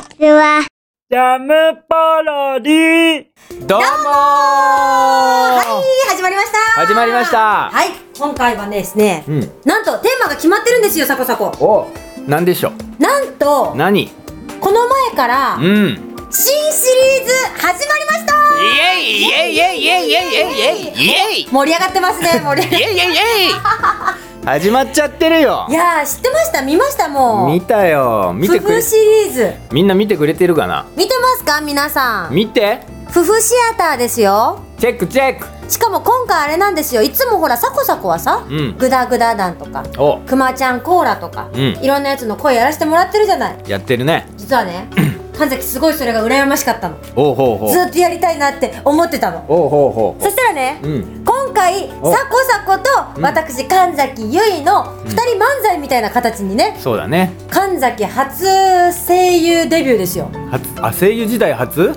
ちは。 ジャムパロディ。どうもー。 はい、始まりました。 始まりました。 はい、今回はですね、なんとテーマが決まってるんですよ、サコサコ。 お、なんでしょう。 なんと、 何？ この前から、新シリーズ始まりました。 イエイイエイイエイイエイイエイイエイイエイ。 盛り上がってますね、盛り上がって。 イエイイエイイエイ。始まっちゃってるよ。 いやー、知ってました？見ました？もう見たよ。見てくれ。 夫婦シリーズみんな見てくれてるかな？ 見てますか皆さん？ 見て。 夫婦シアターですよ。 チェックチェック。 しかも今回あれなんですよ。いつもほらサコサコはさ、グダグダ団とかくまちゃんコーラとか、いろんなやつの声やらせてもらってるじゃない。 やってるね。 実はね神崎すごいそれが羨ましかったの。 おうほうほう。 ずっとやりたいなって思ってたの。 おうほうほう。 そしたらね、今回サコサコと私神崎ゆいの2人漫才みたいな形にね、 そうだね。 神崎初声優デビューですよ。 声優時代初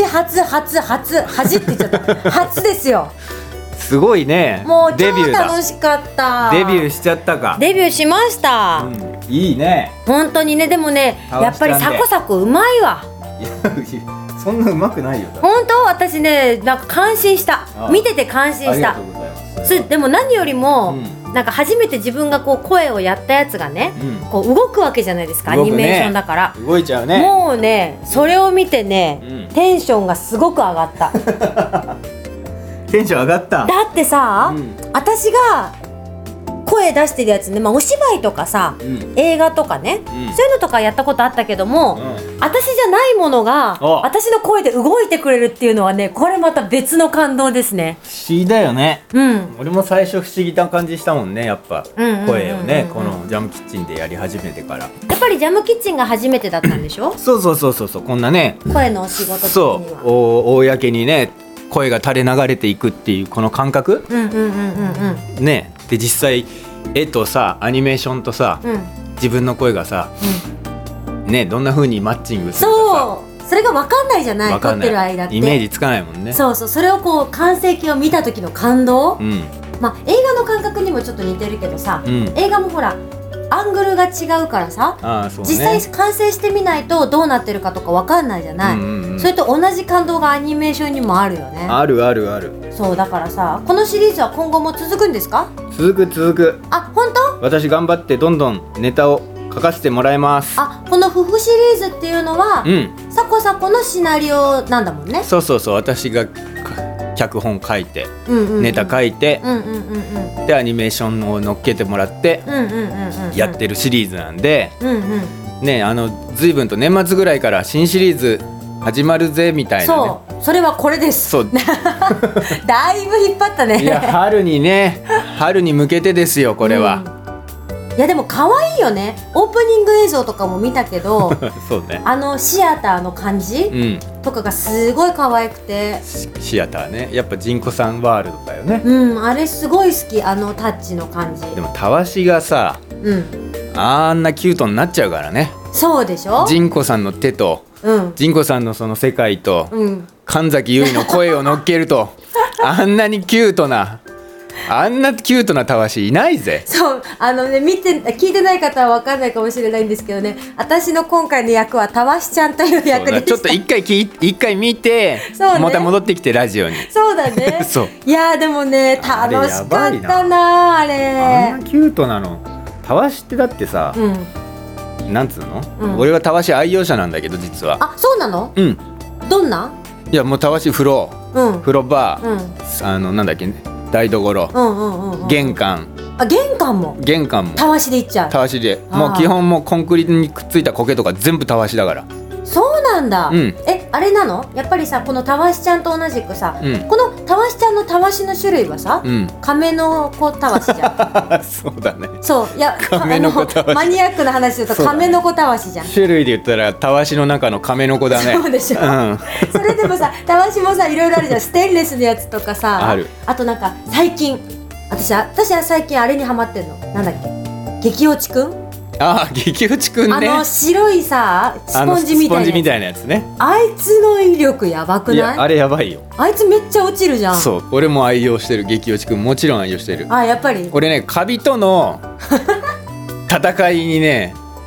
って言っちゃった初ですよ。 すごいね。 もう超デビューだ。 楽しかった。 デビューしちゃったか。 デビューしました、 いいね。 本当にね。でもね、やっぱりサコサコうまいわ。 いやそんなうまくないよ。 本当私ね、なんか感心した。見てて感心した。 ありがとうございます。 でも何よりも、なんか初めて自分がこう声をやったやつがね、こう動くわけじゃないですか。アニメーションだから動いちゃうね。 もうね、それを見てね、テンションがすごく上がった。 テンション上がった。 だってさ、私が声出してるやつね、お芝居とかさ、映画とかね、そういうのとかやったことあったけども、私じゃないものが私の声で動いてくれるっていうのはね、これまた別の感動ですね。 不思議だよね。俺も最初不思議な感じしたもんね。やっぱ声をね、このジャムキッチンでやり始めてから。 やっぱりジャムキッチンが初めてだったんでしょ？ そうこんなね、 声のお仕事的にはそう公にね声が垂れ流れていくっていうこの感覚ね。で実際絵とさアニメーションとさ、自分の声がさ、ね、どんな風にマッチングするかさ、 それが分かんないじゃない。撮ってる間ってイメージつかないもんね。 そうそれをこう完成形を見た時の感動、映画の感覚にもちょっと似てるけどさ、映画もほらアングルが違うからさ、実際完成してみないとどうなってるかとか分かんないじゃない。それと同じ感動がアニメーションにもあるよね。 ある。 そうだからさ、このシリーズは今後も続くんですか？ 続く。 あ、本当？ 私頑張ってどんどんネタを書かせてもらいます。 この夫婦シリーズっていうのは、サコサコのシナリオなんだもんね。 そう私が脚本書いて、ネタ書いて、でアニメーションを乗っけてもらってやってるシリーズなんで、ね、随分と年末ぐらいから新シリーズ始まるぜみたいなね。 それはこれです。だいぶ引っ張ったね。 いや春に向けてですよこれは。 いやでも可愛いよね。オープニング映像とかも見たけどそうね、 シアターの感じ、とかがすごい可愛くて。 シアターね、やっぱジンコさんワールドだよね。 あれすごい好き、タッチの感じ。 でもたわしがさ、あんなキュートになっちゃうからね。 そうでしょ。 ジンコさんの手と、ジンコさんのその世界と、神崎ゆいの声を乗っけるとあんなキュートなたわしいないぜ。 そう聞いてない方は分かんないかもしれないんですけどね、私の今回の役はたわしちゃんという役でした。 ちょっと一回見て、また戻ってきてラジオに。 そうだねいやでもね楽しかったなあれ。 あんなキュートなの。たわしってだってさ、なんつうの、俺はたわし愛用者なんだけど実は。 そうなの？どんな？ いやもうたわし風呂場、なんだっけ、台所、玄関もたわしでいっちゃう。 たわしで、もう基本もうコンクリにくっついた苔とか全部たわしだから。 そうなんだ。あれなの？やっぱりさ、このたわしちゃんと同じくさ、このたわしちゃんのたわしの種類はさ、亀の子たわしじゃん。 そうだね。 そういや、 亀の子たわし、 マニアックな話すると亀の子たわしじゃん。 種類で言ったらたわしの中の亀の子だね。 そうでしょ。それでもさ、たわしもさいろいろあるじゃん。ステンレスのやつとかさ、あとなんか最近私は最近あれにハマってんの。なんだっけ、激落ちくん。 激落ちくんね。 白いさスポンジみたいなやつね。あいつの威力やばくない？いやあれやばいよ。 あいつめっちゃ落ちるじゃん。 そう、俺も愛用してる。激落ちくんもちろん愛用してる。 やっぱり俺ね、カビとの戦いにね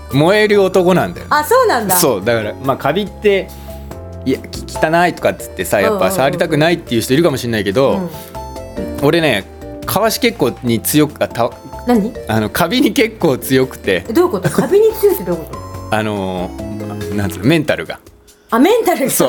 燃える男なんだよ、ね、 あ、そうなんだ。 そうだからまあカビっていや汚いとかっつってさ、やっぱ触りたくないっていう人いるかもしれないけど、俺ねカワシ結構に強く何？ カビに結構強くて。 どういうこと？カビに強いってどういうこと？ なんつうの、メンタルが。 メンタルが。 そう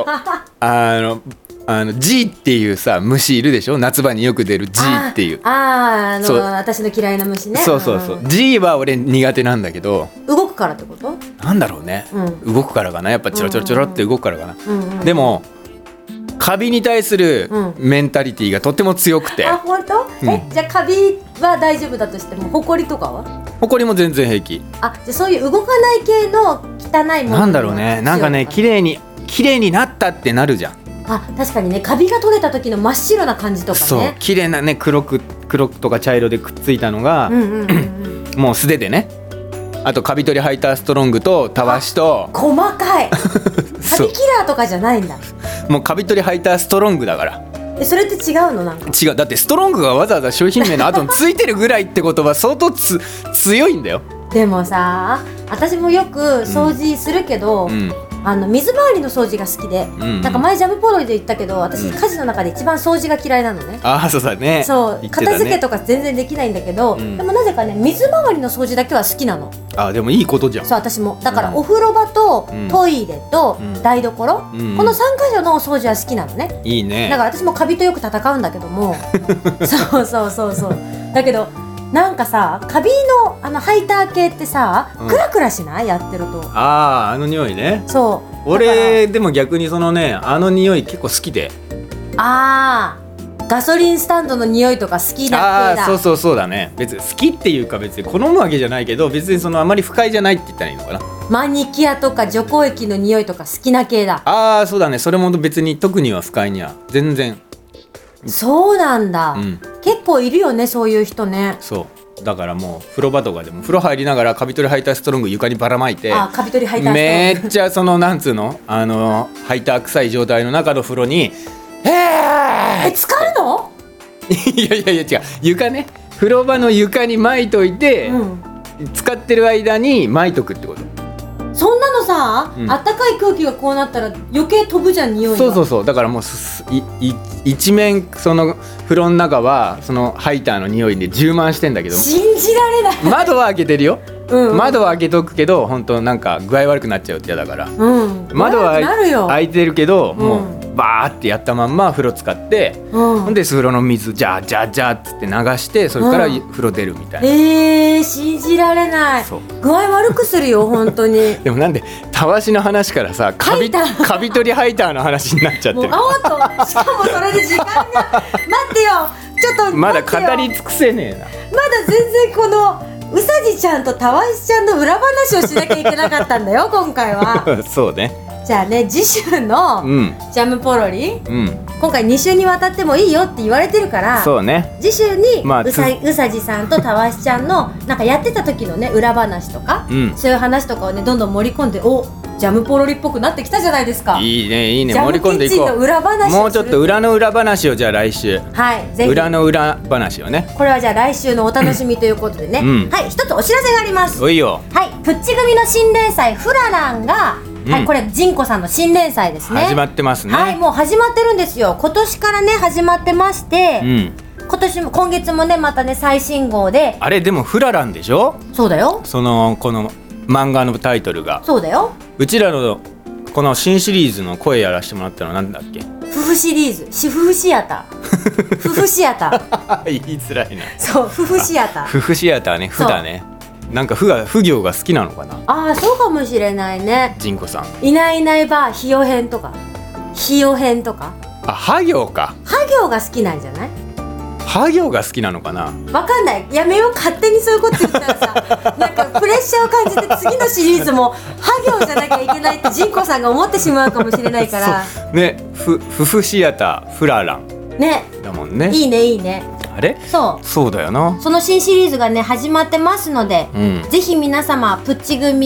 G っていうさ虫いるでしょ、夏場によく出る G っていう。 私の嫌いな虫ね。 そう、G は俺苦手なんだけど。 動くからってこと？ なんだろうね、動くからかな、やっぱチロチロチロって動くからかな、でもカビに対するメンタリティがとても強くて。 本当？じゃあカビは大丈夫だとしても、ホコリとかは？ホコリも全然平気。 じゃあそういう動かない系の汚いものなんだろうね、なんかね、綺麗になったってなるじゃん。 確かにね、カビが取れた時の真っ白な感じとかね。 そう、綺麗なね、黒とか茶色でくっついたのが、もう素手でね。あとカビ取りハイターストロングとたわしと。 細かい。カビキラーとかじゃないんだ。 もうカビ取りハイターストロングだから。 それって違うの？なんか違う。だってストロングがわざわざ商品名の後についてるぐらいってことは相当強いんだよ。 でもさ、私もよく掃除するけど、水回りの掃除が好きで、なんか前ジャムポロリで言ったけど、私家事の中で一番掃除が嫌いなのね。 そうだね。 そう、片付けとか全然できないんだけど、でもなぜかね、水回りの掃除だけは好きなの。 でもいいことじゃん。 そう、私もだからお風呂場とトイレと台所、この3箇所の掃除は好きなのね。 いいね。 だから私もカビとよく戦うんだけどもそうだけどなんかさ、カビのハイター系ってさ、クラクラしない？やってると。 匂いね。 そう。 俺でも逆にそのね、匂い結構好きで。 ガソリンスタンドの匂いとか好きな系だ。 そうだね。別に好きっていうか、別に好むわけじゃないけど、別にあまり不快じゃないって言ったらいいのかな。 マニキュアとか除光液の匂いとか好きな系だ。 そうだね。それも別に特には不快には全然。 そうなんだ、結構いるよね、そういう人ね。 そうだからもう風呂場とかでも風呂入りながらカビ取りハイターストロング床にばらまいて、 カビ取りハイターストロングめっちゃなんつうの、ハイター臭い状態の中の風呂に浸かるの？ いや違う、床ね、風呂場の床に巻いといて、使ってる間に巻いとくってこと。 そんなのさ、あったかい空気がこうなったら余計飛ぶじゃん、匂いが。 そうだからもう一面風呂の中はハイターの匂いで充満してんだけど、 信じられない。 窓は開けてるよ。窓は開けとくけど、本当なんか具合悪くなっちゃうって嫌だから、窓は開いてるけど、もうバーってやったまんま風呂使って、ほんで風呂の水ジャージャージャーっつって流して、それから風呂出るみたいな。 信じられない。具合悪くするよ本当に。 でもなんでたわしの話からさ、カビ取りハイターの話になっちゃってる。 しかもそれで時間が待ってよ、ちょっとまだ語り尽くせねえな。 まだ全然このうさじちゃんとたわしちゃんの裏話をしなきゃいけなかったんだよ今回は。 そうね。 じゃあね、次週のジャムポロリ、今回2週にわたってもいいよって言われてるから、 そうね、 次週にうさじさんとたわしちゃんのなんかやってた時のね裏話とか、そういう話とかをねどんどん盛り込んで、ジャムポロリっぽくなってきたじゃないですか。 いいね盛り込んでいこう。 裏話もうちょっと裏の裏話をじゃあ来週。ぜひ裏の裏話をね。 これはじゃあ来週のお楽しみということでね、一つお知らせがあります。 おいよ。 プッチ組の新連載フラランが、これジンコさんの新連載ですね。 始まってますね。 もう始まってるんですよ。今年からね始まってまして、今月もねまたね最新号で。 あれでもフラランでしょ。そうだよ。この漫画のタイトルが。 そうだよ。 うちらのこの新シリーズの声やらせてもらったのはなんだっけ。 夫婦シリーズ、夫婦シアター。夫婦シアター。 言いづらいな。 そう、夫婦シアター。 夫婦シアターね、夫だね。なんか夫業が好きなのかな。 そうかもしれないね。 ジンコさん。 いないいないばひよ編とか。ひよ編とか。 は行か。 は行が好きなんじゃない。 は行が好きなのかな。 わかんない。やめよう、勝手にそういうこと言ったらさ、なんかプレッシャーを感じて次のシリーズもは行じゃなきゃいけないってジンコさんが思ってしまうかもしれないから。 ね、夫婦シアターフララン。 ね。 だもんね。 いいねいいね。 あれ？そうだよな。 その新シリーズがね始まってますので、ぜひ皆様プッチ組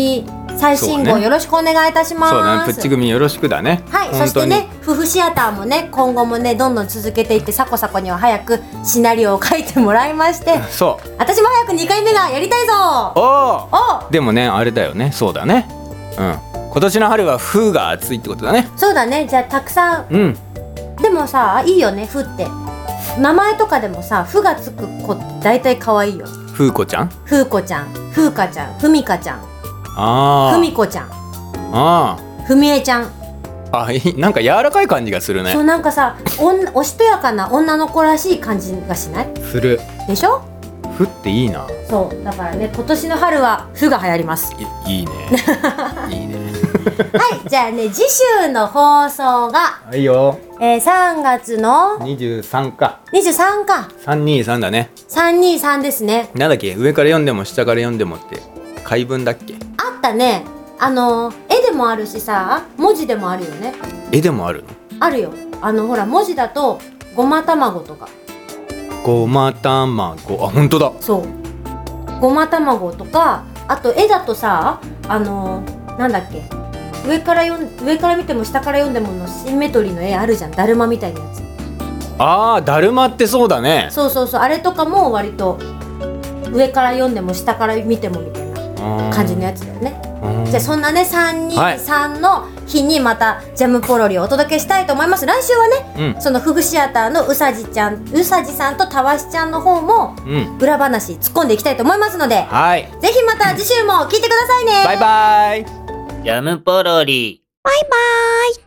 最新号よろしくお願いいたします。 そうだね、プッチ組よろしくだね。 はい、そしてね、夫婦シアターもね、今後もね、どんどん続けていって、サコサコには早くシナリオを書いてもらいまして、 そう私も早く2回目がやりたいぞ。 でもね、あれだよね、そうだね、今年の春は風が暑いってことだね。 そうだね、じゃあたくさん、でもさ、いいよね、風って名前とかでもさ、風がつく子って大体可愛いよ。 風子ちゃん、 風子ちゃん、風花ちゃん、ふみかちゃん、ふみこちゃん、ふみえちゃん。 なんか柔らかい感じがするね。 そう、なんかさ、おしとやかな女の子らしい感じがしない？ するでしょ。 ふっていいな。 そうだからね、今年の春はふが流行ります。 いいねいいねはい、じゃあね、次週の放送がはいよ、 3月の 23か 23か 323だね。 323ですね。 なんだっけ、上から読んでも下から読んでもって回文だっけ。 あったね。絵でもあるしさ、文字でもあるよね。 絵でもあるの？ あるよ。ほら、文字だとごま卵とか。 ごま卵、本当だ。 そう、ごま卵とか、あと絵だとさ、なんだっけ、上から見ても下から読んでものシンメトリーの絵あるじゃん、だるまみたいなやつ。 だるまってそうだね。 そうそうそう、あれとかも割と上から読んでも下から見てもみたいな感じのやつだよね。じゃあそんなね、323の日にまたジャムポロリをお届けしたいと思います。来週はね、そのフグシアターのうさじさんとたわしちゃんの方も裏話突っ込んでいきたいと思いますので、ぜひまた次週も聞いてくださいね。 バイバイ。 ジャムポロリ。 バイバイ。